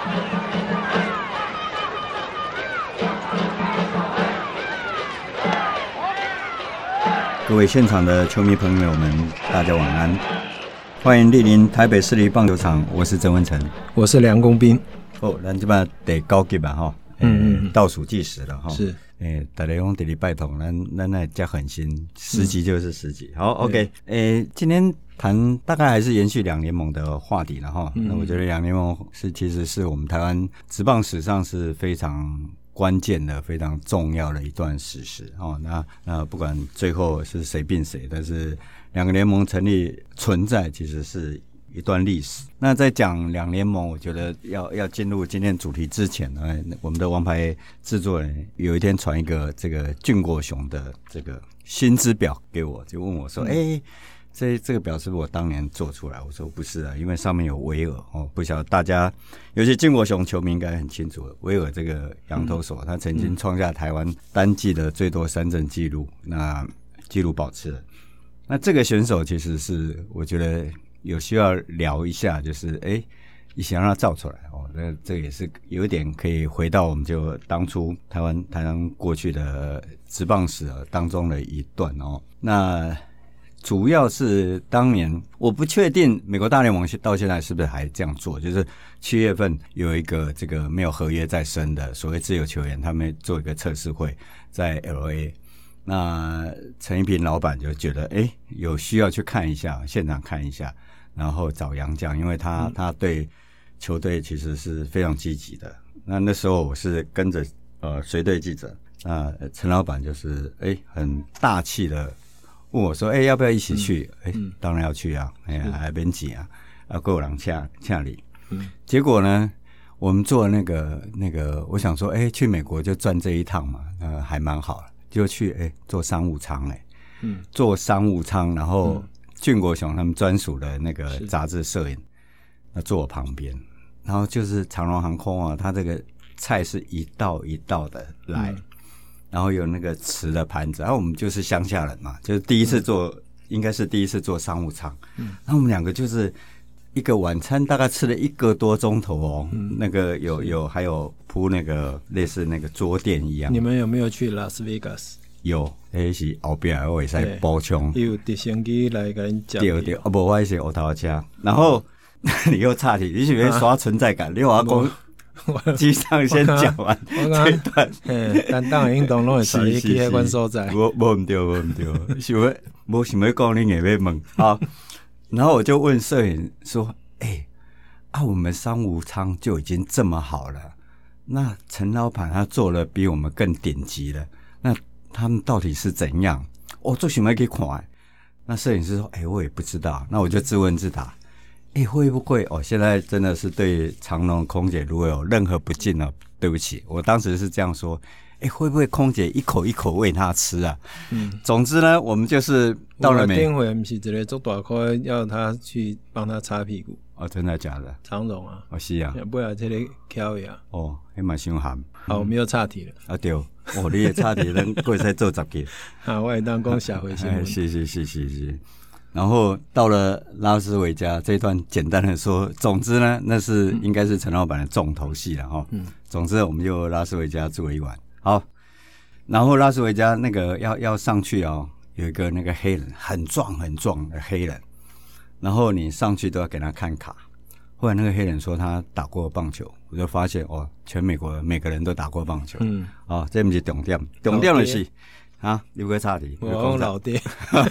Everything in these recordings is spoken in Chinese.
各位现场的球迷朋友们，大家晚安，欢迎莅临台北市立棒球场，我是曾文成， 我是梁公斌。 咱这边得高级吧哈，倒数计时了哈， 是， 大家用第礼拜同，咱来加狠心，10集就是10集，好 ，OK，今天谈大概还是延续两联盟的话题了哈，那我觉得两联盟其实是我们台湾职棒史上是非常关键的、非常重要的一段史实哦。那不管最后是谁并谁，但是两个联盟成立存在，其实是一段历史。那在讲两联盟，我觉得要进入今天主题之前呢，我们的王牌制作人有一天传一个这个俊国雄的这个薪资表给我，就问我说：“这个表是不是我当年做出来？”我说不是啊，因为上面有威尔哦，不晓得大家，尤其俊国雄球迷应该很清楚，威尔这个洋投手，他曾经创下台湾单季的最多三振纪录，那纪录保持了。那这个选手其实是我觉得有需要聊一下，就是你想让他造出来哦，那这也是有一点可以回到我们就当初台湾过去的职棒史当中的一段哦。那主要是当年我不确定美国大联盟到现在是不是还这样做，就是7月份有一个这个没有合约在身的所谓自由球员，他们做一个测试会在 LA， 那陈一平老板就觉得有需要去看一下，现场看一下，然后找洋将，因为他对球队其实是非常积极的。那时候我是跟着随队记者，那陈老板就是很大气的问我说：“要不要一起去？”当然要去啊！还免钱啊！还有人洽你。结果呢，我们做那个，我想说，去美国就赚这一趟嘛，还蛮好的。就去坐商务舱坐商务舱，然后俊国雄他们专属的那个杂志摄影，坐我旁边，然后就是长荣航空啊，它这个菜是一道一道的来。然后有那个瓷的盘子，然后我们就是乡下人嘛，就是第一次坐，应该是第一次坐商务舱。然后我们两个就是一个晚餐大概吃了1个多钟头哦。那个还有铺那个类似那个桌垫一样。 你们有没有去拉斯维加斯？ 有，是后边我会使补充。 有直升机来跟你讲。 对，不，我是乌头车。然后你又岔题，你是不是刷存在感？你话讲。机上先讲完这一段， 但当然运动拢会带你去迄款所在。 无唔对，无想要讲你硬要问好。然后我就问摄影说：“我们商务舱就已经这么好了，那陈老板他做了比我们更顶级的，那他们到底是怎样？最想要去看。”那摄影师说：“我也不知道。”那我就自问自答。会不会现在真的是对长荣空姐如果有任何不敬呢？对不起，我当时是这样说。会不会空姐一口一口喂他吃啊？总之呢，我们就是到了电话不是一个做大块要他去帮他擦屁股。 真的假的？ 长荣啊， 是啊， 不然这个巧呀。 还蛮凶悍。 好，我们又岔题了。 对，你也岔题，咱过再做10集。 我也当讲社会新闻。 是。然后到了拉斯维加这一段简单的说，总之呢，那是应该是陈老板的重头戏了哈。总之我们就拉斯维加住了一晚。好，然后拉斯维加那个要上去有一个那个黑人很壮的黑人，然后你上去都要给他看卡。后来那个黑人说他打过棒球，我就发现全美国每个人都打过棒球。这不是重点，重点的是。有个岔题， 我讲老爹。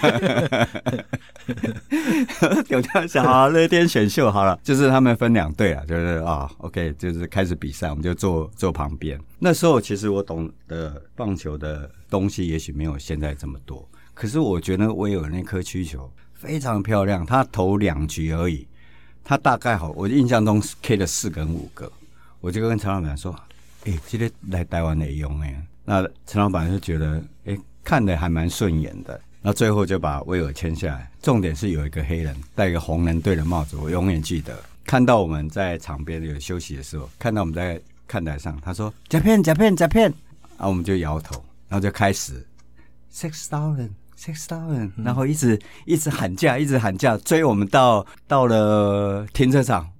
有这样想好，那天选秀好了，就是他们分2队啊，就是OK， 就是开始比赛，我们就坐旁边。那时候其实我懂的棒球的东西，也许没有现在这么多，可是我觉得威尔那颗曲球非常漂亮，他投2局而已，他大概我印象中 K 了4跟5个，我就跟陈老板说，这个来台湾会用那陈老板就觉得看得还蛮顺眼的，那最后就把威尔签下来。重点是有一个黑人戴一个红人队的帽子，我永远记得。看到我们在场边有休息的时候，看到我们在看台上，他说假片，我们就摇头，然后就开始 $6,000 6,000，然后一直喊价，一直喊价，追我们到了停车场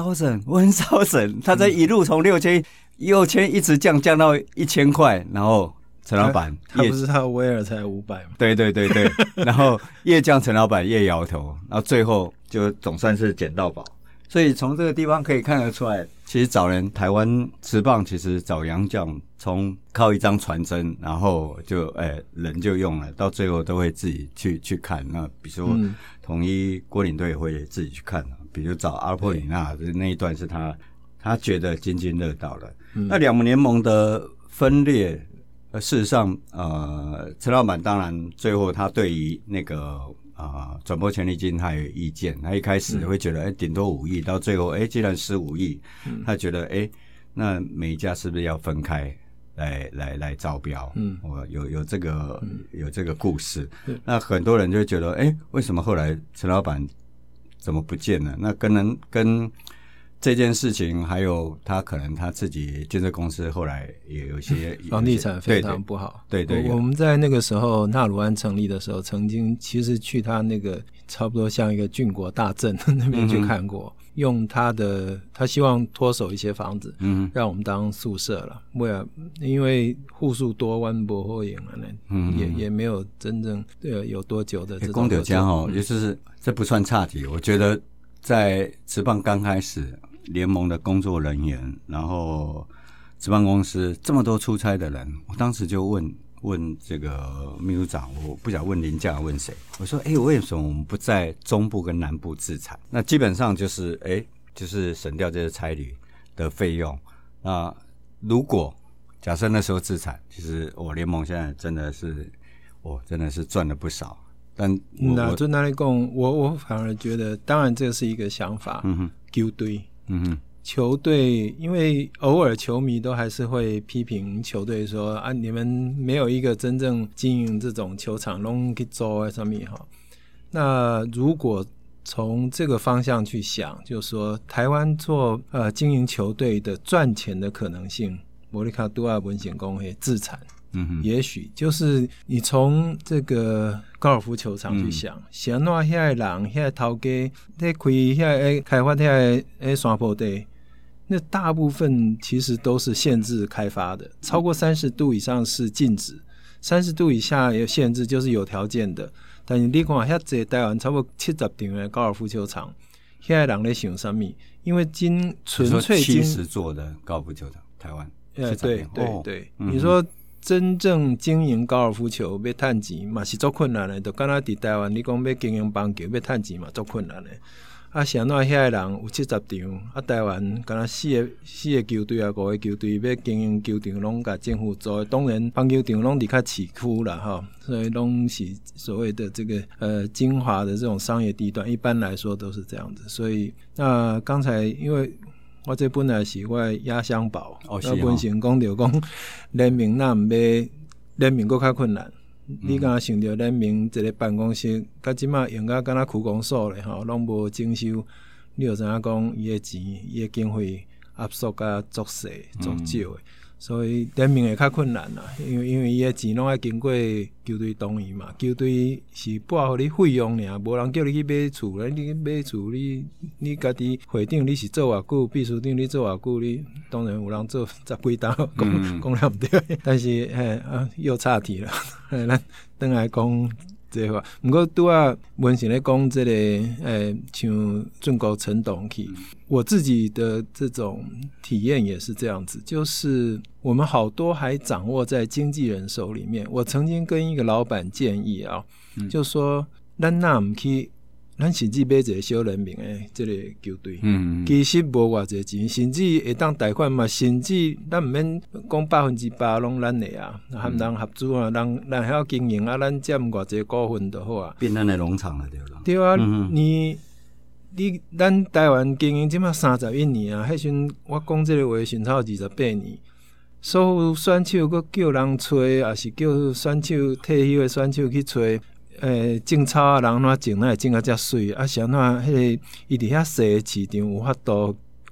，1,000，他在一路从6000一直降到1000块，然后陈老板他不是他威尔才500吗？ 对，然后越降陈老板越摇头，然后最后就总算是捡到宝。所以从这个地方可以看得出来，其实早年台湾职棒其实找洋将，从靠一张传真，然后就人就用了，到最后都会自己去看。那比如说统一国领队也会自己去看，比如找阿波里纳那一段是他觉得津津乐道的。那两联盟的分裂，事实上陈老板当然最后他对于那个转播权利金他有意见，他一开始会觉得顶多5亿，到最后既然15亿，他觉得那每一家是不是要分开来招标？有这个故事。那很多人就觉得为什么后来陈老板怎么不见了？那跟这件事情，还有他可能他自己建设公司后来也有些房地产非常不好。 对， 我们在那个时候纳鲁安成立的时候，曾经其实去他那个差不多像一个郡国大镇那边去看过，用他希望脱手一些房子，让我们当宿舍了。因为户数多，湾博后影了也没有真正有多久的这种公德家就是这不算差题。我觉得在职棒刚开始，联盟的工作人员，然后职棒公司这么多出差的人，我当时就问这个秘书长，我不想问林家问谁，我说为什么我们不在中部跟南部自产？那基本上就是省掉这些差旅的费用。那如果假设那时候自产，其实联盟现在真的是赚了不少。但就那里讲，我反而觉得，当然这是一个想法。球队，球队，因为偶尔球迷都还是会批评球队说你们没有一个真正经营这种球场，拢去做什么哈。那如果从这个方向去想，就是说台湾做经营球队的赚钱的可能性，摩利卡杜阿文显公会自产。也许就是你从这个高尔夫球场去想，像那些人、那些头家在开发那些山坡地，那大部分其实都是限制开发的，超过30度以上是禁止，30度以下有限制，就是有条件的。但是你看那些台湾差不多70场的高尔夫球场，那些人在想什么？因为纯粹 70座的高尔夫球场，台湾对，你说真正经营高尔夫球要赚钱嘛是很困难的，就像在台湾你说要经营棒球要赚钱嘛很困难的。像那些人有70场，台湾可能4个球队5个球队要经营球场拢给政府做，当然棒球场拢在较市区啦所以拢是所谓的这个精华的这种商业地段，一般来说都是这样子。所以那刚才因为我这本来是我的压箱宝，我本身讲到讲联名那不要联名更较困难。你刚想到联名一个办公室，到现在用到敢若区公所咧拢无征收，你就知影讲伊的钱、伊的经费压缩甲足细、足少的，所以联名会较困难啦。因为伊的钱拢要经过球队同意嘛，球队是拨互你费用尔，无人叫你去买厝，你买厝你家己会长你是做偌久，秘书长你做偌久，你当然有人做10几单，讲了不对，但是又岔题了，咱回来讲这话。不过拄仔文成咧讲这个像中国陈董去，我自己的这种体验也是这样子，就是我们好多还掌握在经纪人手里面。我曾经跟一个老板建议就说咱哪不去，咱甚至买一个小人名的这个球队，其实无偌济钱，甚至会当贷款嘛，甚至咱唔免讲100%拢咱的和人合资咱晓经营咱占偌济股份就好变咱的农场了，对吧？ 对啊，咱台湾经营即马31年迄阵我讲这个话顺头28年，所有选手佫叫人吹，也是叫选手退休的选手去吹。种草啊，人怎种，那会种啊遮水啊？像那迄个伊伫遐细市场有法度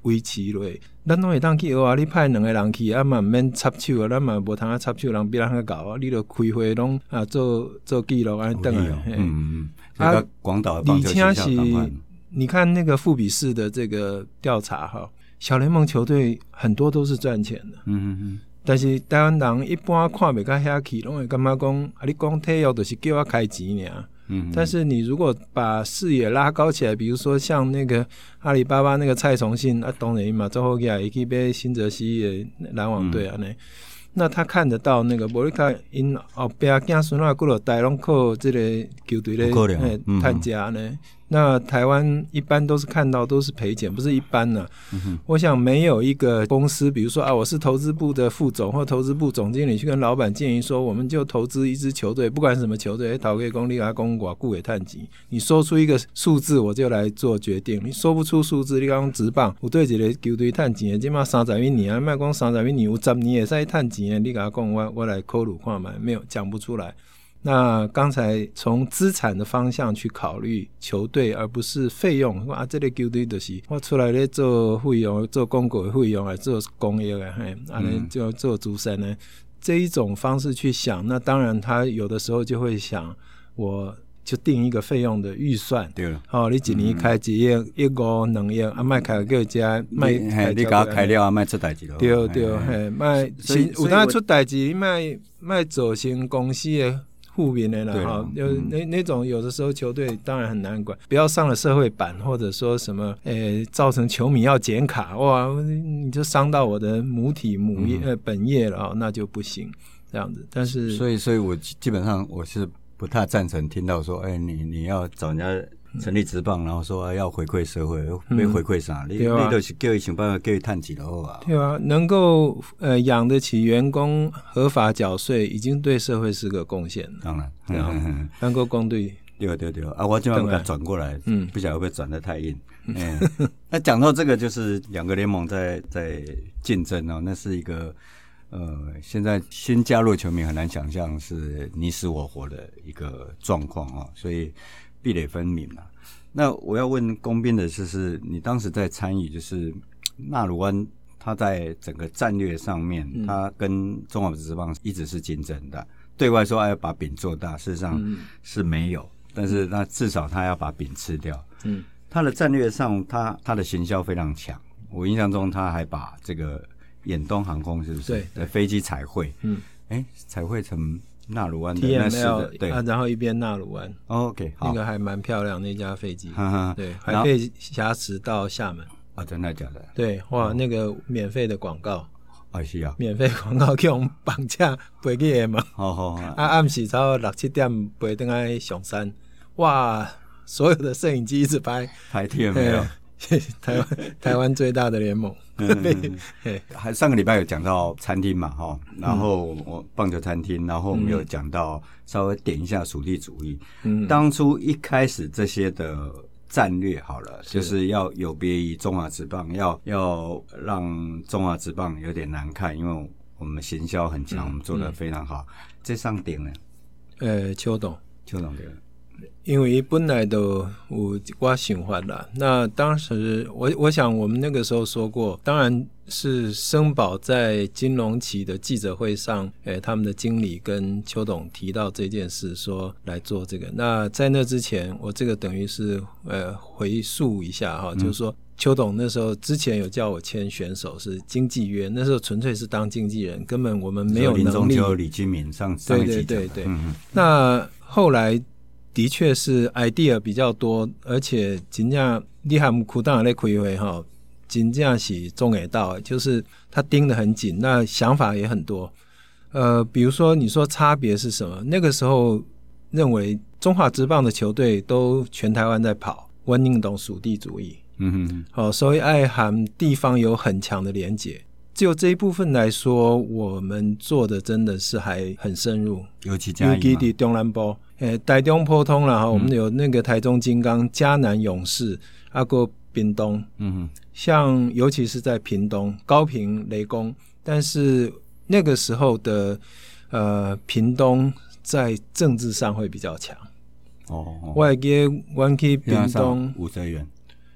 维持落，咱拢会当去学啊。你派2个人去，啊嘛毋免插手啊，咱嘛无通啊插手，人比咱较高啊。你著开会拢啊做记录安尼等来。 啊，广岛棒球学校是你看那个富比士的这个调查哈，小联盟球队很多都是赚钱的。但是台湾人一般看袂到遐去，拢会感觉讲啊，你讲体育就是叫我开钱尔。但是你如果把视野拉高起来，比如说像那个阿里巴巴那个蔡崇信啊，当然嘛，最后起来也去买新泽西的篮网队啊那他看得到那个无你看因后壁囝孙仔几落代拢靠这个球队咧趁家呢。那台湾一般都是看到都是赔钱，不是一般呢。我想没有一个公司，比如说啊，我是投资部的副总或投资部总经理，去跟老板建议说，我们就投资一支球队，不管什么球队，头家讲你给他讲偌久会趁钱，你说出一个数字我就来做决定。你说不出数字，你讲职棒有对一个球队趁钱的，起码30几年啊，莫讲30几年，有10年会使趁钱的，你给他讲我来考虑看卖，没有讲不出来。那刚才从资产的方向去考虑球队，而不是费用啊，这个球队就是我出来咧做费用，做广告的费用，还做公益的，就做主审呢，这一种方式去想，那当然他有的时候就会想，我就定一个费用的预算， 对了， 你一年开1亿、1亿、2亿，啊，卖开叫家卖， 你甲开了啊，卖出代志咯， 对对，嘿，卖有当出代志，卖做成公司的。负面的啦，那种有的时候球队当然很难管，不要上了社会版，或者说什么造成球迷要剪卡，哇，你就伤到我的母体本业了，那就不行这样子。但是所以我基本上我是不太赞成听到说，你要找人家成立职棒，然后说要回馈社会，要回馈啥？你就是叫他想办法叫他趁钱就好啊。 对啊，能够养得起员工，合法缴税，已经对社会是个贡献了。 当然， 能够公对。 对啊，我今晚把它转过来，不晓得会不会转得太硬。那讲到这个，就是2个联盟在竞争哦，那是一个现在新加入球迷很难想象是你死我活的一个状况哦，所以壁垒分明啦。那我要问公斌的就是你当时在参与，就是纳鲁湾他在整个战略上面，他跟中华职棒一直是竞争的，对外说要把饼做大，事实上是没有，但是那至少他要把饼吃掉。他的战略上他的行销非常强，我印象中他还把这个远东航空是不是对飞机彩绘，彩绘成纳鲁湾的 TML 对然后一边纳鲁湾 ，OK， 好， 那个还蛮漂亮那架飞机，对，还可以挟持到厦门啊，真的假的？ 对，哇，那个免费的广告， 是啊， 免费广告叫我们绑架飞去厦门，暗时差不多6、7点飞回来上山，哇，所有的摄影机一直拍 TML。 台湾最大的联盟。 还上个礼拜有讲到餐厅嘛，然后我棒球餐厅，然后我们有讲到稍微点一下属地主义。当初一开始这些的战略好了，就是要有别于中华职棒，要让中华职棒有点难看，因为我们行销很强，我们做得非常好。这上点呢？ 邱董对。 因为本来都有我想法啦，那当时我想我们那个时候说过，当然是生宝在金融期的记者会上，他们的经理跟邱董提到这件事，说来做这个。那在那之前，我这个等于是回溯一下哈，就是说邱董那时候之前有叫我签选手是经纪约，那时候纯粹是当经纪人，根本我们没有能力。林宗秋、李金敏上一集对，那后来。的确是 idea 比较多，而且真正你和苦当在开会哈，真正是中得到，就是他盯得很紧，那想法也很多。比如说你说差别是什么？那个时候认为中华职棒的球队都全台湾在跑，我宁懂属地主义，所以爱和地方有很强的连结。就这一部分来说，我们做的真的是还很深入， 尤其在中南部。台中普通啦，我们有那个台中金刚、嘉南勇士，还有屏东，像尤其是在屏东高屏雷公，但是那个时候的屏东在政治上会比较强。我还记得我去屏东吴哲源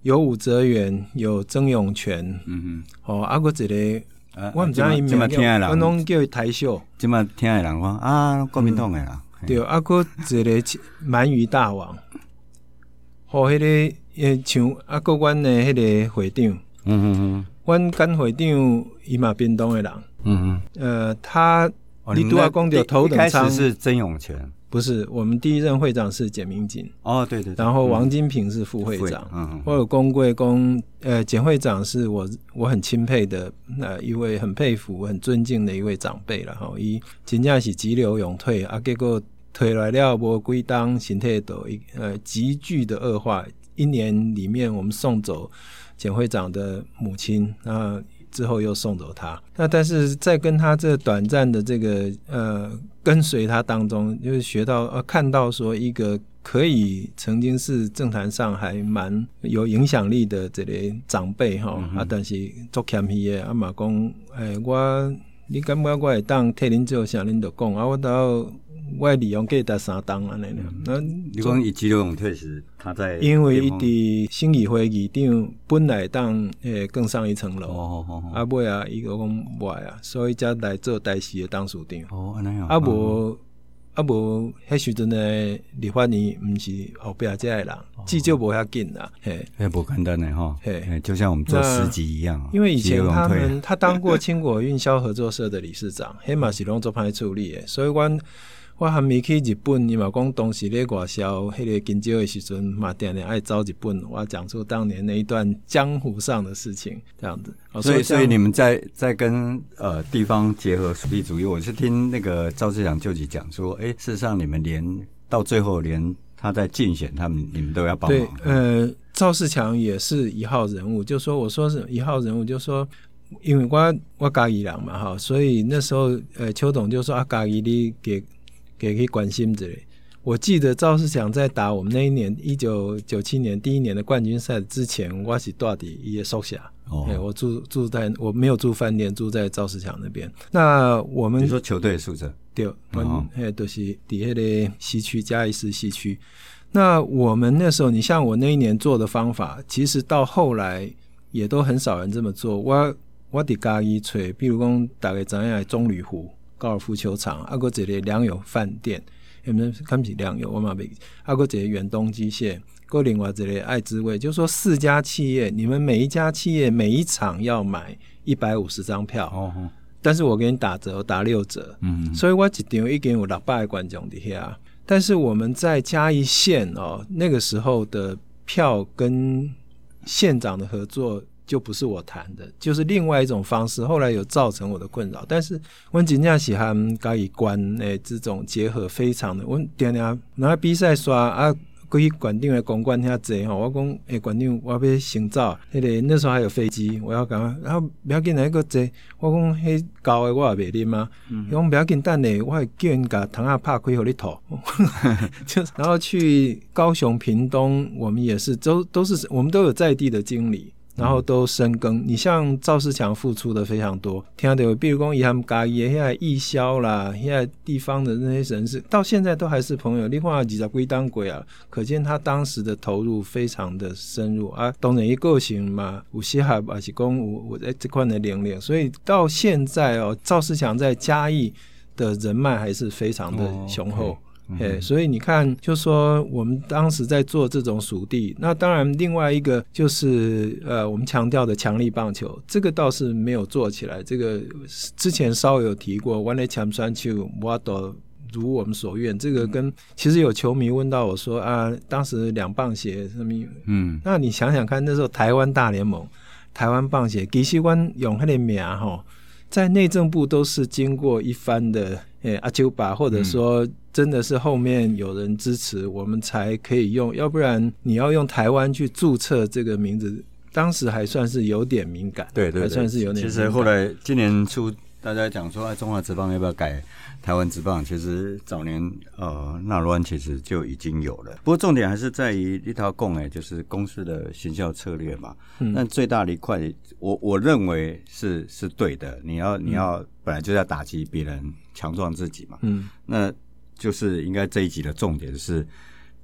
有武则元，有曾永权，还有一个。我唔知伊名叫，我拢叫伊台秀。 即马听的人讲啊，国民党的啦。 对，还有一个鳗鱼大王，和迄个像还有阮的迄个会长，阮干会长伊嘛屏东的人，他你拄仔讲到头等舱， 一开始是曾永权。 不是，我们第一任会长是简明锦对， 然后王金平是副会长，我有公贵公简会长是我很钦佩的一位很佩服很尊敬的一位长辈啦吼，伊真正是急流勇退结果退来了无几当身体都急剧的恶化，1年里面我们送走简会长的母亲，那之后又送走他，那但是在跟他这短暂的这个跟随他当中，就是学到看到说一个可以曾经是政坛上还蛮有影响力的这个长辈但是做谦虚的嘛讲你感觉我会当替您做啥您就讲我利用给他3档安尼呢。 你讲以急流勇退时，他在因为伊伫省议会议长本来当更上一层楼，尾伊讲无啊，所以才来做台视的董事长。 安尼无迄时阵的立法院毋是后壁这的人，至少无遐紧啦。 不简单的就像我们做10集一样。 因为以前他当过轻轨运销合作社的理事长，迄嘛是拢做歹处理的，所以我还没去日本，伊嘛讲当时咧外销迄个金蕉的时阵，嘛定定爱走日本。我讲出当年那一段江湖上的事情，这样子。 所以你们在跟地方结合属地主义，我是听那个赵世强舅舅讲说，事实上你们到最后连他在竞选，你们都要帮忙。 对，赵世强也是1号人物，就说我说是1号人物，就说。因为我嘉义人嘛所以那时候邱董就说嘉义你给去关心一下。我记得赵世强在打我们那一年1997年第1年的冠军赛之前，我是住在他的宿舍。我住在我没有住饭店，住在赵世强那边。那我们你说球队的宿舍？ 对，就是在那个西区嘉义市西区。那我们那时候，你像我那一年做的方法，其实到后来也都很少人这么做。我在嘉义找，比如讲大家知道的棕榈湖高尔夫球场，还有一个良友饭店，看不起良友，我嘛没，还有一个远东机械，还有另外一个爱之味，就是说4家企业，你们每一家企业每一场要买150张票，但是我给你打折，我打6折，所以我一场已经有600个观众在遐。但是我们在嘉义县那个时候的票跟县长的合作就不是我谈的，就是另外一种方式，后来有造成我的困扰。但是我真的是和嘉义县的这种结合非常的，我常常拿比赛刷过去馆长的公馆遐坐我讲馆长我要先走，那时候还有飞机，我要赶快，然后不要紧来个坐，我讲迄高的我也袂啉啊，讲不要紧等下，我会叫人把糖拍开给你吐。然后去高雄屏东，我们也是都是我们都有在地的经理，然后都深耕。你像赵世强付出的非常多，听到比如说他们嘉义的义消啦，现在地方的那些人士到现在都还是朋友，你看20几当过啊，可见他当时的投入非常的深入啊。当然他个性嘛有适合还是讲有这块的能力，所以到现在赵世强在嘉义的人脉还是非常的雄厚。所以你看就说我们当时在做这种属地，那当然另外一个就是我们强调的强力棒球，这个倒是没有做起来，这个之前稍微有提过，我的强酸球我都如我们所愿，这个跟其实有球迷问到我说当时2棒协什么那你想想看，那时候台湾大联盟台湾棒协其实我用那个名在内政部都是经过一番的阿丘巴，或者说真的是后面有人支持我们才可以用，要不然你要用台湾去注册这个名字，当时还算是有点敏感。 对， 还算是有点敏感。 其实后来今年初大家讲说中华职棒要不要改台湾职棒，其实早年纳罗安其实就已经有了。不过重点还是在于一条共就是公司的行销策略嘛。但最大的一块我认为是对的，你要本来就要打击别人，强壮自己嘛。那就是应该这一集的重点是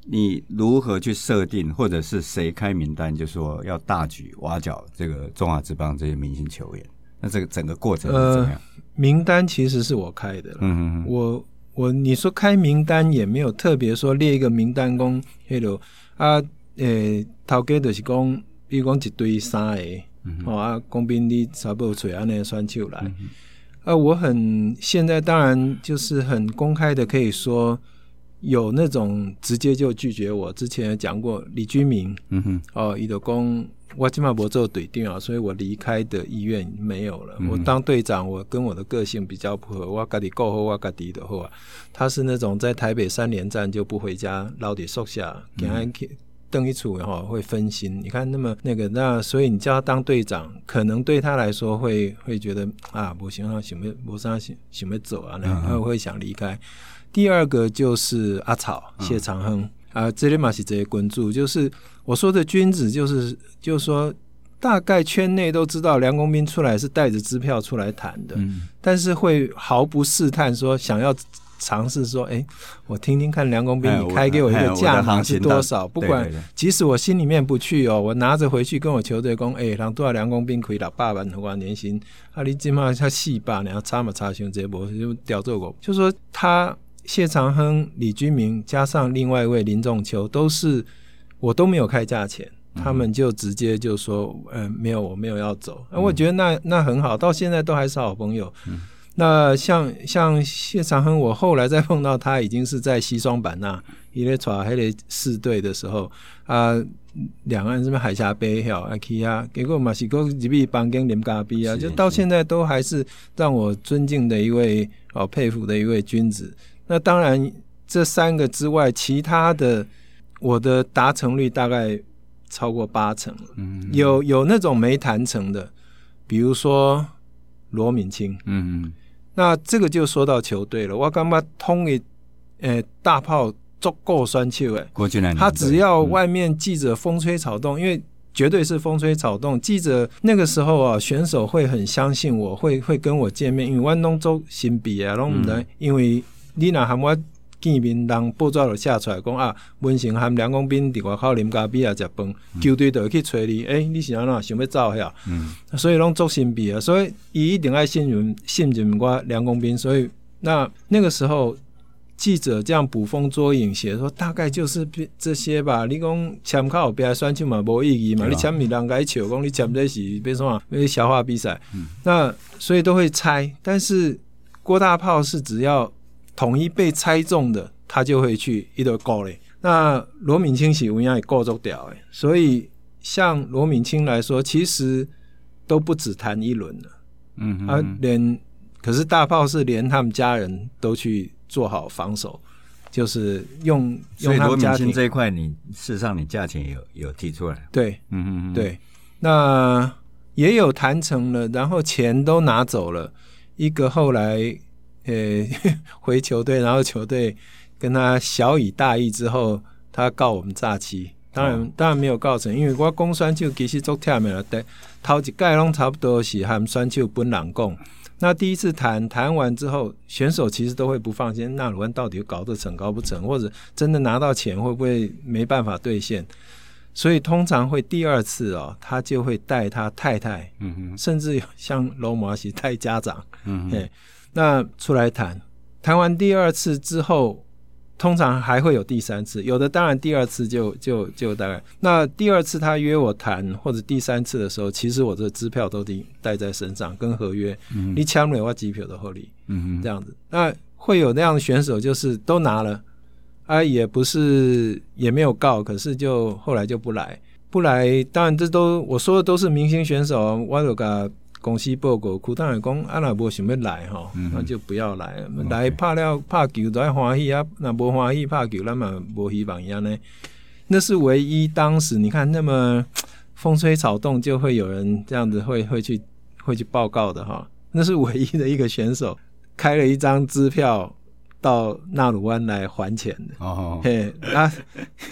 你如何去设定，或者是谁开名单，就说要大举挖角这个中华职棒这些明星球员？那这个整个过程是怎么样？ 名单其实是我开的啦。你说开名单也没有特别说列一个名单讲迄落头家就是讲，比如讲一堆三个，公兵你差不多找安尼选手来。我现在当然就是很公开的可以说，有那种直接就拒绝我。之前有讲过李居明，他就说我现在没做队长，所以我离开的意愿没有了。我当队长，我跟我的个性比较不合，我自己顾好我自己就好啊。他是那种在台北3连战就不回家，留在宿舍，登一处会分心。你看那所以你叫他当队长，可能对他来说会觉得不行，没啥想要走啊，他会想离开。第二个就是阿草谢长亨这里嘛是这些关注，就是我说的君子，就是说大概圈内都知道梁公斌出来是带着支票出来谈的，但是会毫不试探说想要尝试说我听听看梁公斌你开给我一个价码是多少，不管即使我心里面不去我拿着回去跟我球队说人多少梁公斌亏600万的年薪你起码他400然后差嘛差伤这波就调做过，就说他谢长亨、李居明加上另外一位林仲秋我都没有开价钱，他们就直接就说没有，我没有要走。我觉得那很好，到现在都还是好朋友。那像谢长亨，我后来再碰到他已经是在西双版纳他在带那个4队的时候两岸这边海峡杯去结果嘛是说入去房间啉咖啡就到现在都还是让我尊敬的一位佩服的一位君子。那当然这3个之外，其他的我的达成率大概超过80%了。有那种没谈成的，比如说罗敏清。那这个就说到球队了，我感觉通的大炮足够选手他只要外面记者风吹草动，因为绝对是风吹草动，记者那个时候选手会很相信我，会跟我见面，因为我们都做新比都不能，因为你若和我见面，人报纸就写出来讲文成和梁公斌伫外口啉咖啡食饭，球队就会去找你，你是安怎想要走遐？所以拢做新比所以他一定要信任我梁公斌，所以那个时候记者这样捕风捉影写说大概就是这些吧。你讲签靠别选手嘛没意义嘛，你签你人该笑讲你签这是别说消化比赛，那所以都会猜。但是郭大炮是只要统一被猜中的，他就会去一直告嘞。那罗敏清是有影也告足掉所以像罗敏清来说，其实都不止谈一轮了。可是大炮是连他们家人都去做好防守，就是用他们家庭。所以罗敏清这一块，你事实上你价钱有提出来。 对，对，那也有谈成了，然后钱都拿走了。一个后来回球队，然后球队跟他小以大义之后，他告我们诈欺。当然没有告成，因为我讲选手其实足忝的啦，头一届拢差不多是和选手本人讲。那第一次谈完之后，选手其实都会不放心，那鲁安到底搞得成搞不成，或者真的拿到钱会不会没办法兑现？所以通常会第二次他就会带他太太，甚至像罗马是带家长，那出来谈完第二次之后，通常还会有第3次，有的当然第2次就大概，那第2次他约我谈或者第3次的时候，其实我这支票都带在身上，跟合约，你签了我机票的合理，这样子。那会有那样的选手，就是都拿了也不是也没有告，可是就后来就不来。当然这都我说的都是明星选手，我就给公司报告，当然讲若无想要来那就不要来，来拍球都要欢喜若无欢喜拍球，咱嘛无希望一样呢。那是唯一当时你看那么风吹草动，就会有人这样子会去报告的那是唯一的一个选手开了一张支票到纳鲁湾来还钱的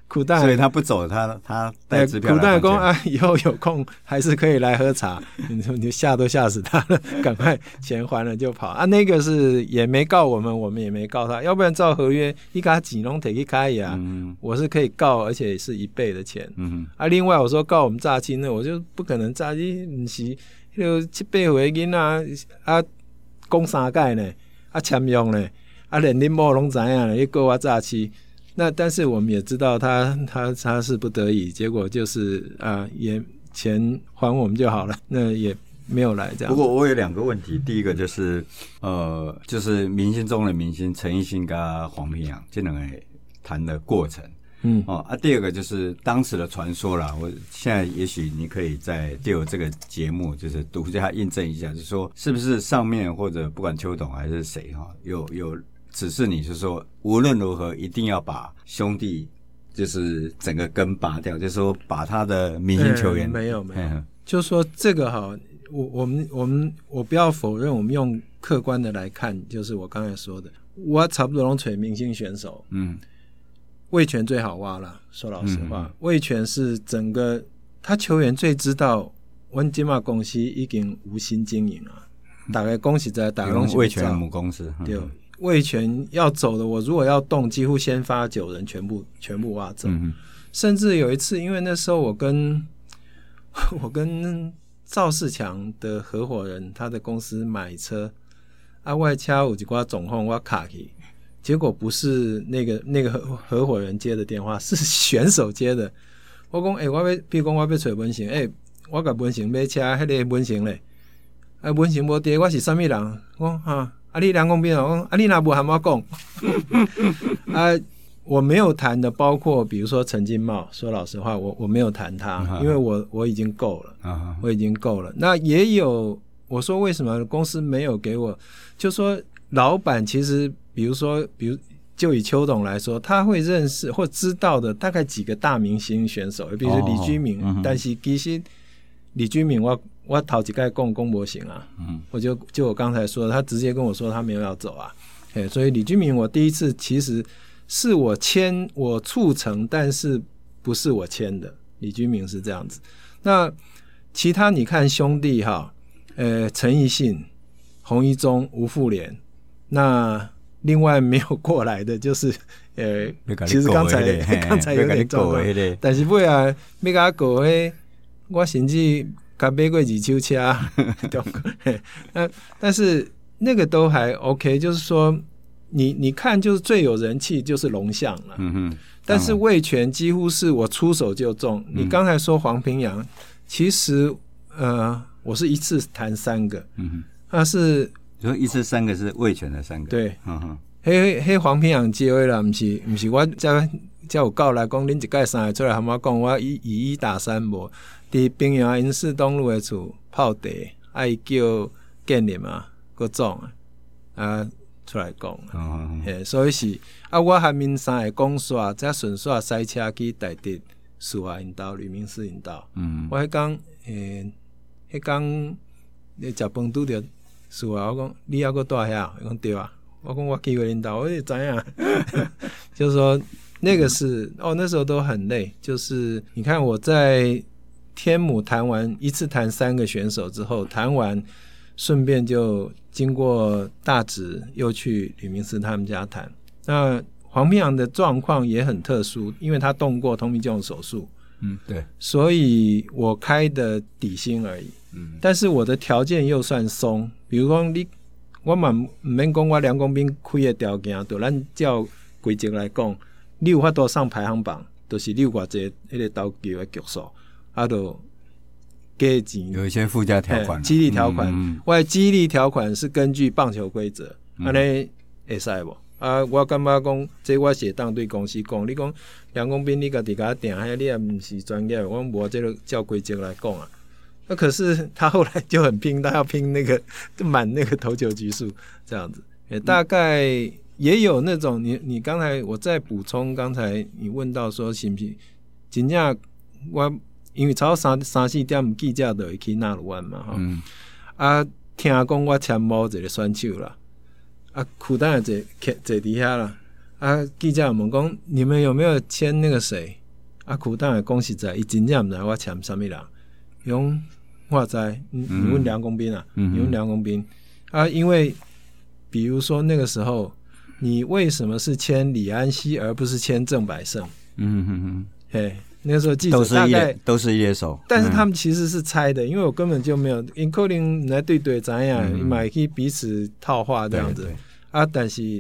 苦蛋， 所以他不走，他带支票来还钱。 苦蛋说啊，以后有空还是可以来喝茶。你吓都吓死他了，赶快钱还了就跑啊。那个是也没告我们，我们也没告他，要不然照合约一家几拢得去开呀，我是可以告，而且是1倍的钱。另外我说告我们诈欺呢，我就不可能诈欺，不是就7、8岁囡仔啊，讲3届呢，啊签用呢，啊连恁某拢知影咧，告我诈欺。那但是我们也知道他是不得已，结果就是也钱还我们就好了，那也没有来这样。 不过我有2个问题，第一个就是就是明星中的明星陈奕迅跟黄平洋这2个谈的过程。第二个就是当时的传说啦，我现在也许你可以在借由这个节目就是独家印证一下，就是说是不是上面或者不管邱董还是谁有指示你是说无论如何一定要把兄弟就是整个根拔掉，就是说把他的明星球员没有就是说这个我不要否认，我们用客观的来看，就是我刚才说的，我差不多拢找明星选手，味全最好挖了，说老实话，味全是整个他球员最知道，我们现在公司已经无心经营了，大概恭喜在大概恭喜味全母公司， 对。味全要走的，我如果要动，几乎先发9人全部挖走。甚至有一次，因为那时候我跟赵世强的合伙人，他的公司买车，我的车有一挂总控我卡去，结果不是那个合伙人接的电话，是选手接的。我讲比如讲我要找文成，我甲文成买车，迄个文成咧，文成无伫，我是啥物人？我讲你梁公斌啊，你哪不喊我讲？我没有谈的，包括比如说陈金茂，说老实话，我没有谈他，因为我已经够了，我已经够了。那也有我说为什么公司没有给我，就说老板其实比如就以邱董来说，他会认识或知道的大概几个大明星选手，比如说李居明，但是其实李居明我头一次讲不行啊，我就我刚才说的，他直接跟我说他没有要走啊，所以李居明我第一次其实是我促成，但是不是我签的，李居明是这样子。那其他你看兄弟陈奕迅、洪一中、吴富连，那另外没有过来的就是其实刚才有点状况，但是尾啊要甲过我甚至刚买过2手车但是那个都还 OK， 就是说你看就是最有人气就是龙象了，但是味全几乎是我出手就中。你刚才说黄平洋，其实我是一次谈3个，他是你说一次3个是味全的3个， 对，黑黄平洋接位了，不是我才有告来讲，恁一届3个出来和我讲，我以1打3无。伫平阳银市东路的厝泡茶，爱叫建立嘛，个总出来讲，所以是我和民3个讲煞，再顺煞塞车去台北苏华引导、吕明寺引导。我迄天你食饭拄着苏华，我讲你还阁住遐，伊讲对啊，我讲我去过引导，我就知影，就是说那个是那时候都很累，就是你看我在天母谈完一次谈3个选手之后，谈完顺便就经过大直又去吕明寺他们家谈。那黄平洋的状况也很特殊，因为他动过通鼻肌手术， 对， 所以我开的底薪而已，但是我的条件又算松，比如说我嘛不免讲我梁公斌开的条件，就咱照规则来讲，你有法度上排行榜，就是你有偌济迄个投球的局数。就给钱， 有一些附加条款， 激励条款。我的激励条款是根据棒球规则，安尼会使无？我感觉讲，这我是当对公司讲，你讲梁公斌，你家己甲定，你也不是专业，我无这个照规则来讲啊。那可是他后来就很拼，他要拼那个满那个投球局数这样子，大概也有那种你刚才我再补充，刚才你问到说是不是真正我。因为超3-4点记者就会去纳鲁湾嘛，听讲我签某一个选手啦，苦蛋也坐伫遐啦， 啊，记者问讲你们有没有签那个谁？啊，苦当然讲实在，伊真正毋知我签什么人，用我知，你问梁公斌啊，你问梁公斌啊，因为比如说那个时候，你为什么是签李安熙而不是签郑百胜？嘿，那个时候记者大概都是一列手， 但是他们其实是猜的，因为我根本就没有，因可能来对怎样，买可以彼此套话这样子啊，但是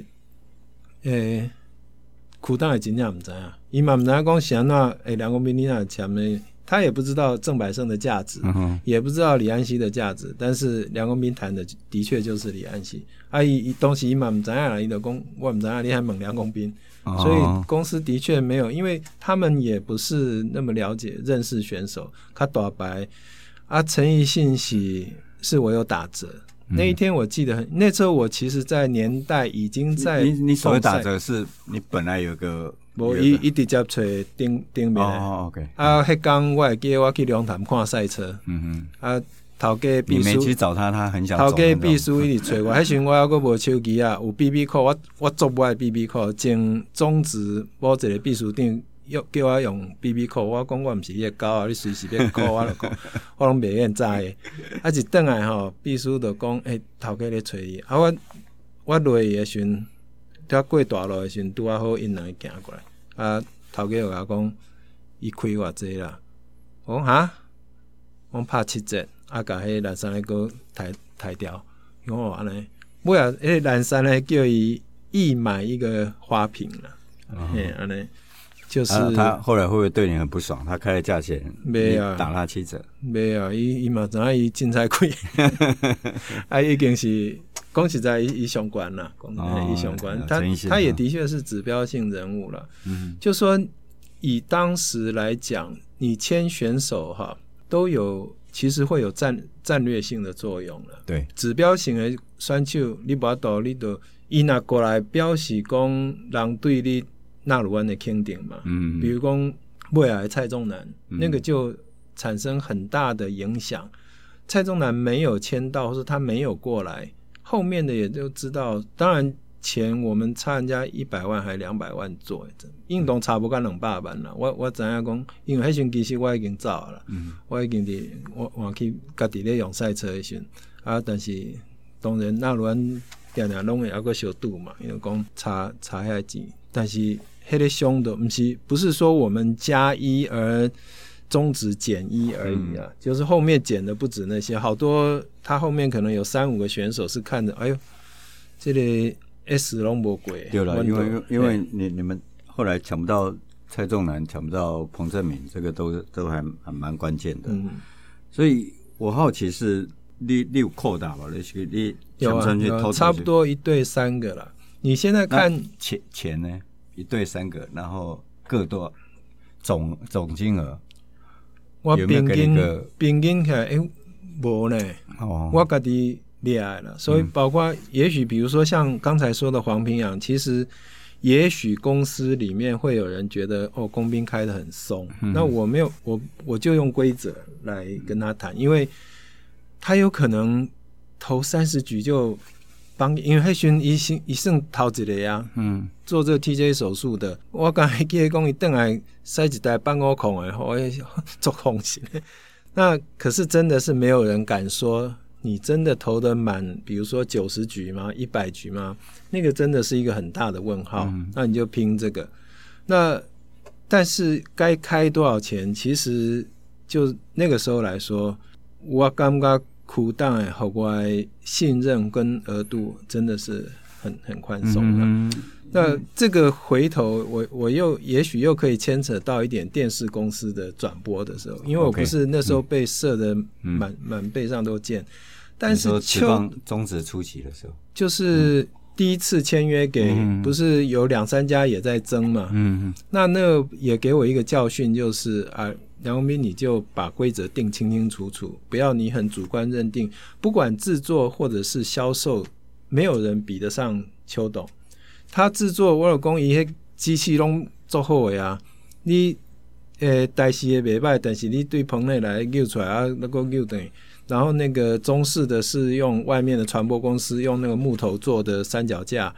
苦当也真正唔知啊，伊嘛唔知讲是安怎梁公斌你那签的，他也不知道郑百胜的价值，也不知道李安熙的价值，但是梁公斌谈的的确就是李安熙，啊伊当时伊嘛唔知啊，伊就讲我唔知啊，你还问梁公斌，所以公司的确没有，因为他们也不是那么了解认识选手，他大白啊，陈奕迅是我有打折。那一天我记得很，那时候我其实在年代已经在你所谓打折是你本来有个无伊直接找顶面的 OK 啊，迄天我会记得我去龙潭看赛车，啊头家秘书你没去找他，他很想头家秘书一直找我，迄时我还阁无手机啊，有 BB 扣，我做不爱 BB 扣，前中职某一个秘书长叫我用 BB 扣，我讲我毋是迄个狗啊，你随时要扣我就扣，我拢袂愿知的。啊，一转来吼，秘书就讲，头家咧找伊，啊我落去的时阵，才过大路的时阵，拄啊好因两个行过来，啊头家就甲我讲，伊开偌济啦，我讲哈，我拍7折，啊甲迄蓝山的哥抬掉，讲我安尼，尾啊，迄蓝山的叫伊义买一个花瓶啦，嘿安尼。就是他后来会不会对你很不爽？他开的价钱没有打他7折， 没有，伊嘛知影伊凊彩贵，啊，已经是讲实在伊上官啦，伊上官，他也的确是指标性人物了。就说以当时来讲，你签选手哈，都有其实会有战略性的作用了。 对， 指标性的选手，你把到你都伊拿过来表示讲人对你。纳鲁湾的肯定嘛，比如说未来蔡仲南，那个就产生很大的影响。蔡仲南没有签到，或是他没有过来，后面的也就知道。当然钱我们差人家100万还200万做，运动差不多200万啦。我知影讲，因为迄阵其实我已经走了，我已经我去家己咧用赛车的时啊，但是当然纳鲁湾定定拢会有个小赌嘛，因为讲差遐钱，但是。黑的凶的不是说我们加1而终止减1而已啊，就是后面减的不止那些，好多他后面可能有3-5个选手是看着，哎呦，这里 S 拢无过， 对了，因为你们后来抢不到蔡仲南，抢不到彭政闵，这个都还蛮关键的，所以我好奇是你有扣打吧？你有啊，差不多1对3个了。你现在看钱呢？1对3个，然后各多少总金额？ 我平均起来，无呢。我家己厉害了，所以包括也许比如说像刚才说的黄平洋，其实也许公司里面会有人觉得工兵开得很松，那我没有，我就用规则来跟他谈，因为他有可能投30局就。因为迄阵伊算头一个啊，做这个 TJ 手术的，我刚才记得讲伊回来塞一台办公孔的，我做空型。那可是真的是没有人敢说你真的投得满，比如说90局吗？100局吗？那个真的是一个很大的问号。那你就拼这个。那但是该开多少钱，其实就那个时候来说，我感觉。苦当然好过来信任跟额度真的是很宽松的。那这个回头我又也许又可以牵扯到一点电视公司的转播的时候，因为我不是那时候被射的满背上都箭，但是中职初期的时候， 就是第一次签约给不是有2-3家也在争嘛，那也给我一个教训，就是梁公斌你就把规则定清清楚楚，不要你很主观认定，不管制作或者是销售，没有人比得上邱董。他制作我有讲伊迄机器拢做好的啊，你台视的袂歹，但是你对棚内来扭出来啊，那个扭等于，然后那个中式的是用外面的传播公司用那个木头做的三脚架，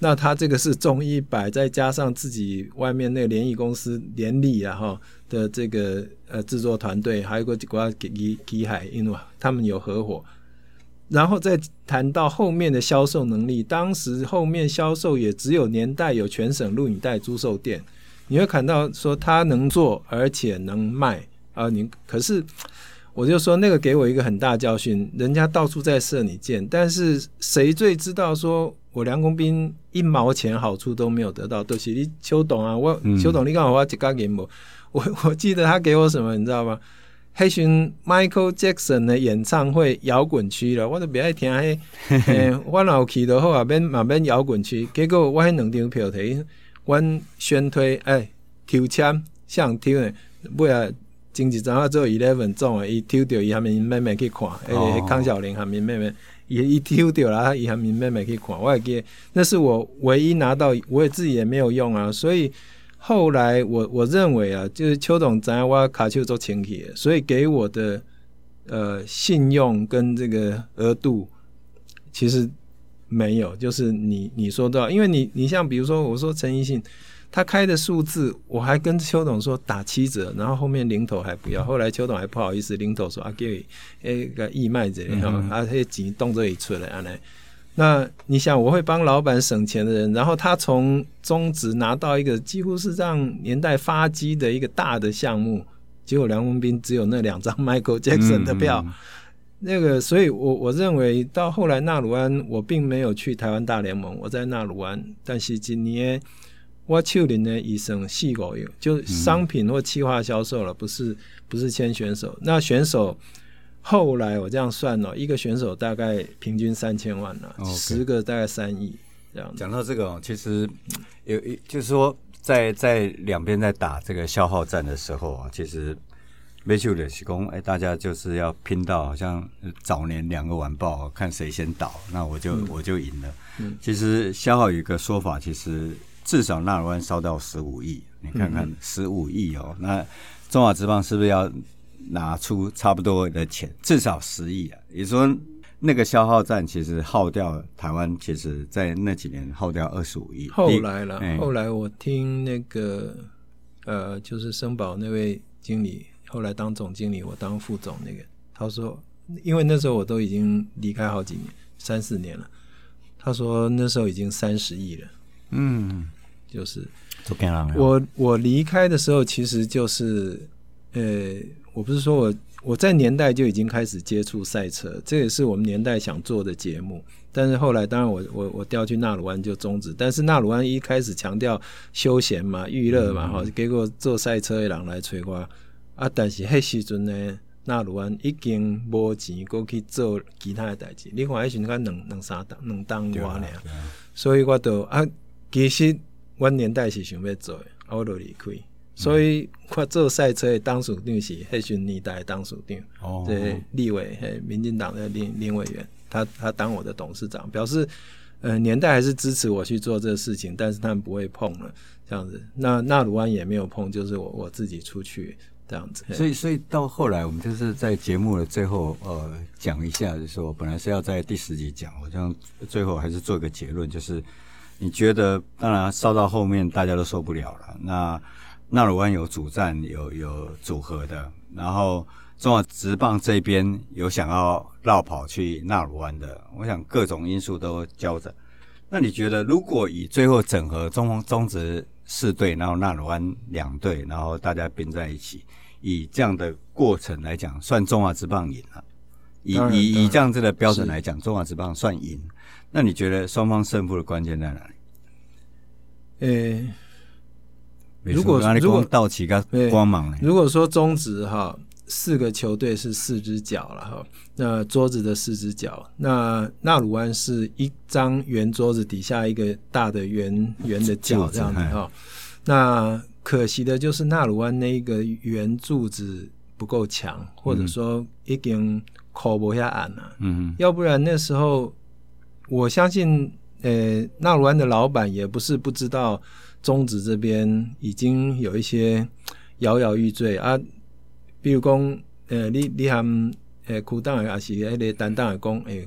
那他这个是中100，再加上自己外面那个联谊公司联力的这个制作团队，还有个基海，因为他们有合伙，然后再谈到后面的销售能力，当时后面销售也只有年代有全省录影带租售店，你会看到说他能做而且能卖可是我就说那个给我一个很大教训，人家到处在射你箭，但是谁最知道说我梁公彬1毛钱好处都没有得到，都是你邱董啊，邱董你刚好我一家给我记得他给我什么你知道吗？那时 Michael Jackson 的演唱会摇滚区了，我都不爱听我若有去就好啊，免摇滚区，结果我那2张票摕阮宣推抽签像抽的尾啊前一阵做 11中的，伊抽到伊和民妹妹去看，康小玲和民妹妹伊抽到了，伊和民妹妹去看，我还记得那是我唯一拿到，我也自己也没有用啊，所以后来我认为啊，就是邱董知道我卡手做清气的，所以给我的信用跟这个额度其实没有，就是你说到，因为你像比如说我说陈奕迅。他开的数字，我还跟邱董说打7折，然后后面零头还不要。后来邱董还不好意思，零头说叫伊个义卖者，那钱动作一出来安尼。那你想，我会帮老板省钱的人，然后他从中职拿到一个几乎是让年代发迹的一个大的项目，结果梁文彬只有那2张 Michael Jackson 的票。那个，所以我认为到后来纳鲁安，我并没有去台湾大联盟，我在纳鲁安，但是今年。我手里呢医生4-5亿，就商品或企划销售了，不是签选手。那选手后来我这样算一个选手大概平均3000万了，10个大概3亿这样。 讲到这个其实就是说在两边在打这个消耗战的时候其实买手就是说大家就是要拼到好像早年2个晚报看谁先倒，那我就赢了。其实消耗有一个说法，其实至少纳鲁湾烧到15亿，你看看15亿那中华职棒是不是要拿出差不多的钱，至少10亿啊？也就是说那个消耗战其实耗掉台湾，其实在那几年耗掉25亿。 后来我听那个就是生宝那位经理，后来当总经理，我当副总那个，他说，因为那时候我都已经离开好几年，3-4年了，他说那时候已经30亿了。就是我离开的时候，其实就是我不是说我在年代就已经开始接触赛车，这也是我们年代想做的节目。但是后来当然我调去纳鲁湾就终止，但是纳鲁湾一开始强调休闲嘛、娱乐嘛，结果做赛车的人来催我但是那时候呢，纳鲁湾已经没钱过去做其他的事情，你看那时候2档我呢，所以我就其实我年代是想要做的，我就离开。所以我做赛车的当属长是那时候年代的当属长，对立委民进党的林委员，他当我的董事长，表示年代还是支持我去做这个事情，但是他们不会碰了这样子。那纳鲁湾也没有碰，就是我自己出去这样子。 所以到后来我们就是在节目的最后讲一下，就是说本来是要在第10集讲，我这样最后还是做一个结论，就是你觉得当然烧到后面大家都受不了了，那纳鲁湾有主战有组合的，然后中华职棒这边有想要绕跑去纳鲁湾的，我想各种因素都交着。那你觉得如果以最后整合中职4队，然后纳鲁湾2队，然后大家并在一起，以这样的过程来讲，算中华职棒赢了。以这样子的标准来讲，中华职棒算赢。那你觉得双方胜负的关键在哪里？如果道奇跟光芒呢？ 如果说中职4个球队是4只脚了那桌子的4只脚，那纳鲁湾是一张圆桌子底下一个大的圆的角这样子那可惜的就是纳鲁湾那一个圆柱子不够强，或者说已经扣不下岸了。要不然那时候我相信纳鲁湾的老板也不是不知道中职这边已经有一些摇摇欲坠比如说你和区党也是那个单党也说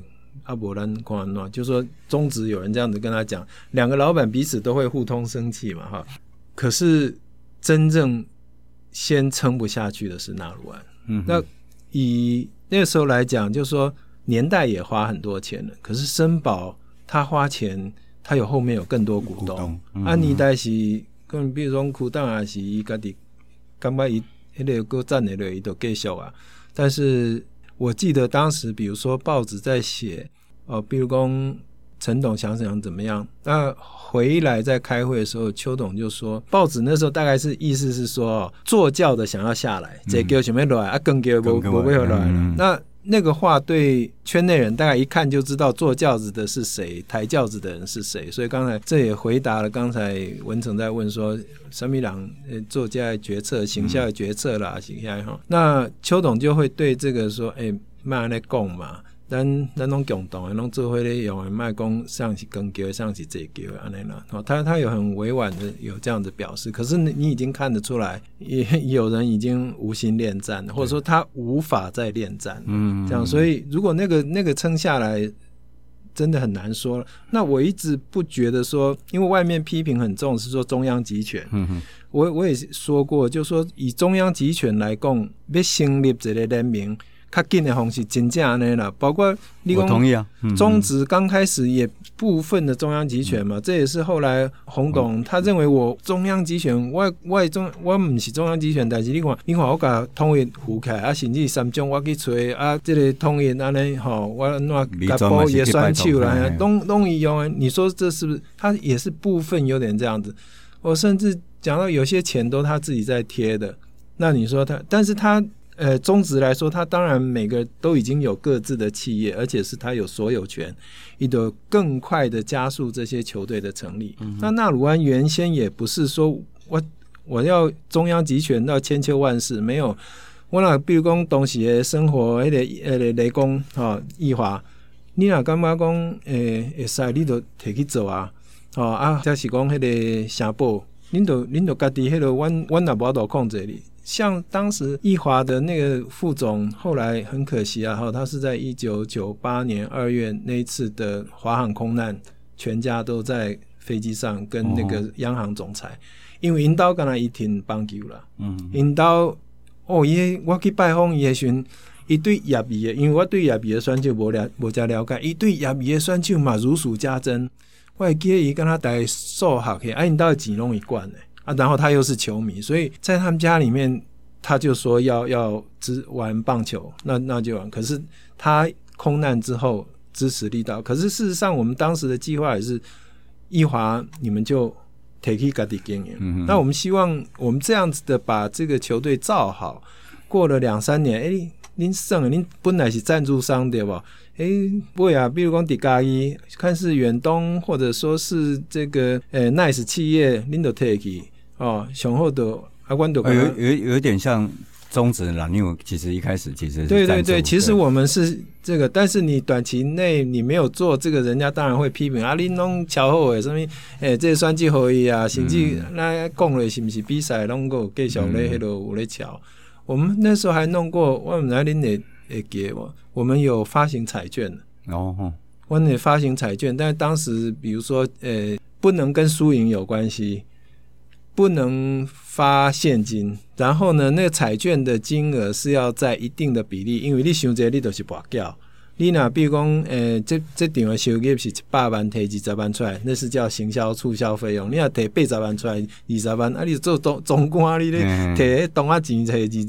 不然看安怎，就说中职有人这样子跟他讲，两个老板彼此都会互通生气嘛哈。可是真正先撑不下去的是纳鲁安，那以那个时候来讲，就是说年代也花很多钱了，可是森宝他花钱，他有后面有更多股东，年代是跟比如说股东也是伊家己感觉伊迄个够赞的了，伊就继续啊。但是我记得当时，比如说报纸在写，比如说陈董想怎么样，那回来在开会的时候，邱董就说，报纸那时候大概是意思是说，坐轿的想要下来，这叫想要来，更叫不会来了。那个话对圈内人大概一看就知道坐轿子的是谁，抬轿子的人是谁，所以刚才这也回答了刚才文成在问说什么人做这样决策，行销的决策啦，行销哈。那邱董就会对这个说，慢来讲嘛，咱拢共同的，拢做伙咧用的，卖讲上是公桥，上是坐桥安尼啦。他有很委婉的有这样的表示，可是你已经看得出来，也有人已经无心恋战了，或者说他无法再恋战了。这样，所以如果那个撑下来，真的很难说了。那我一直不觉得说，因为外面批评很重，是说中央集权。我也说过，就说以中央集权来讲，要成立这个联盟。较紧的方式真正安尼啦，包括你说我同意啊。 中职刚开始也部分的中央集权嘛，这也是后来洪董他认为我中央集权，我不是中央集权，但是你看我把统一扶起来啊，甚至三中我去找啊，这个统一安尼吼，我安怎甲包也选手啦，拢一样。你说这是不是？他也是部分有点这样子。我甚至讲到有些钱都他自己在贴的，那你说他，但是他。中职来说，他当然每个都已经有各自的企业，而且是他有所有权，也都更快的加速这些球队的成立。那纳鲁安原先也不是说我要中央集权到千秋万世，没有。我那比如讲当时的生活，那个雷公义华，你若感觉讲会使，你就摕去做啊，再是讲那个城堡，恁就家己那个阮也无法度控制你。像当时义华的那个副总，后来很可惜啊，他是在1998年2月那一次的华航空难，全家都在飞机上跟那个央行总裁，因为因兜敢若伊停棒球啦，因兜我去拜访伊的时候，伊对业余的，因为我对业余的选手无遮了解，伊对业余的选手嘛如数家珍，我会记得伊跟他带数学去，因兜的钱拢伊管的。然后他又是球迷，所以在他们家里面，他就说要玩棒球，那就玩。可是他空难之后支持力道，可是事实上我们当时的计划也是，义华你们就 take it 自己经营。那我们希望我们这样子的把这个球队造好，过了2-3年，您胜了，您本来是赞助商对吧？不啊，比如讲迪嘉义，看是远东或者说是这个nice 企业，您都 take。上好的我就有点像中职啦，因为其实一开始其实对，其实我们是这个，但是你短期内你没有做这个，人家当然会批评啊，你弄巧好的什么这个选举合意啊，甚至那讲了是不是比赛弄过继续咧迄落有咧巧。我们那时候还弄过，我们那恁会记得我们有发行彩券我们也发行彩券，但是当时比如说不能跟输赢有关系。不能发现金，然后呢，那个彩券的金额是要在一定的比例，因为你想这你就是博缴。你若比如讲，这场的收入是100万，提20万出来，那是叫行销促销费用。你若提80万出来，20万，你做总官，你咧提东啊钱提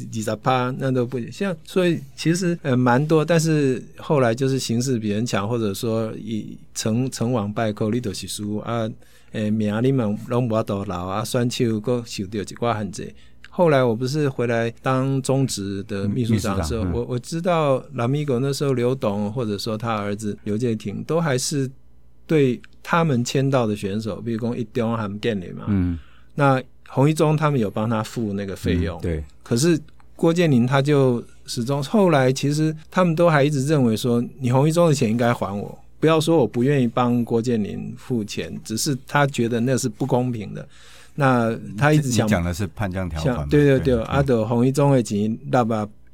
20%，那都不像。所以其实蛮多，但是后来就是形势比人强，或者说以成王败寇，你就是输啊。名你们拢无法度留啊，选手佫受到一寡限制。后来我不是回来当中职的秘书长的时候，我知道拉米狗那时候刘董或者说他儿子刘介廷都还是对他们签到的选手，比如说一中和建联嘛，那洪一中他们有帮他付那个费用， 对。 可是郭建霖他就始终后来其实他们都还一直认为说，你洪一中的钱应该还我。不要说我不愿意帮郭建霖付钱，只是他觉得那是不公平的。那他一直想讲的是叛将条款嘛， 对，就洪一中的钱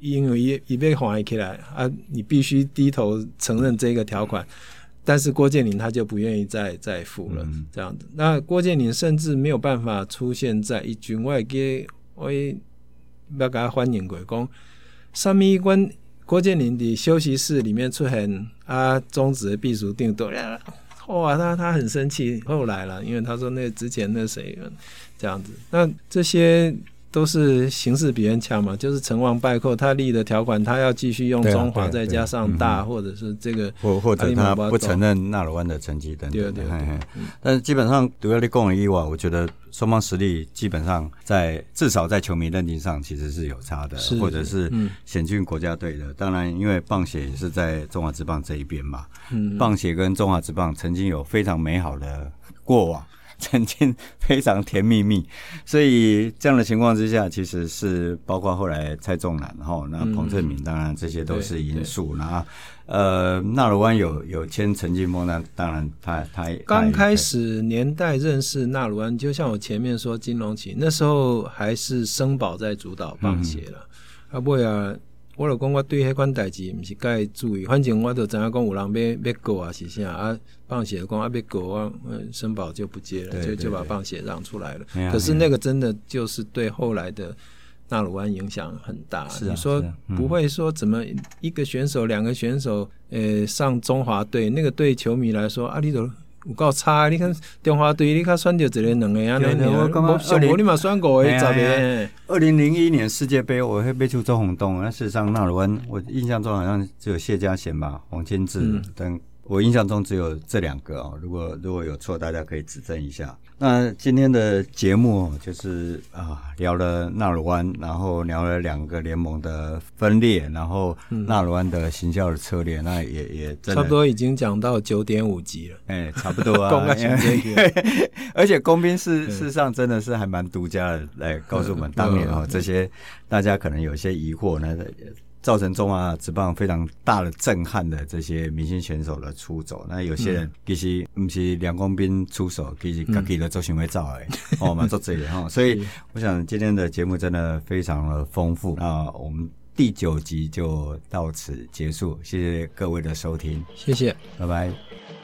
因为他被还起来啊，你必须低头承认这个条款，但是郭建霖他就不愿意再付了，这样子。那郭建霖甚至没有办法出现在一军，我要给他欢迎过，讲什么关郭建霖的休息室里面出现啊，中职的秘书长都哇，他很生气，后来了，因为他说那之前那谁这样子，那这些都是形势比人强嘛，就是成王败寇，他立的条款，他要继续用中华再加上大，或者是这个， 或者他不承认纳鲁湾的成绩等等。对，但是基本上除了你讲的以外，我觉得双方实力基本上至少在球迷认定上其实是有差的，或者是险峻国家队的。当然，因为棒协也是在中华职棒这一边嘛，棒协跟中华职棒曾经有非常美好的过往。曾经非常甜蜜蜜，所以这样的情况之下，其实是包括后来蔡仲南那彭政闵，当然这些都是因素。然后纳鲁湾有签陈金峰，那当然他刚开始年代认识纳鲁湾，就像我前面说金龙旗那时候还是生保在主导棒协了，尾啊。我就讲我对迄款代志毋是介注意，反正我就知影讲有人要告啊是啥啊，棒协讲要告我，申保就不接了，就把棒协让出来了。可是那个真的就是对后来的纳鲁湾影响很大。你说不会说怎么一个选手、两个选手上中华队，那个对球迷来说啊，你都有够差，你看中华队，你看选到一个两个啊，我你嘛选5个、10个。 2001年世界杯，我会被出周鸿东，那事实上纳鲁湾，我印象中好像只有谢家贤吧，黄千志等。我印象中只有这2个如果有错，大家可以指正一下。那今天的节目就是聊了纳鲁湾，然后聊了2个联盟的分裂，然后纳鲁湾的行销的策略，那也真的差不多已经讲到9.5集了， 差不多啊。而且工兵事实上真的是还蛮独家的，来告诉我们当年这些大家可能有些疑惑呢。造成中华职棒非常大的震撼的这些明星选手的出走，那有些人其实不是梁公斌出手，其实自己都想要走的，蛮做这个所以我想今天的节目真的非常的丰富。那我们第9集就到此结束，谢谢各位的收听， 谢谢， 拜拜。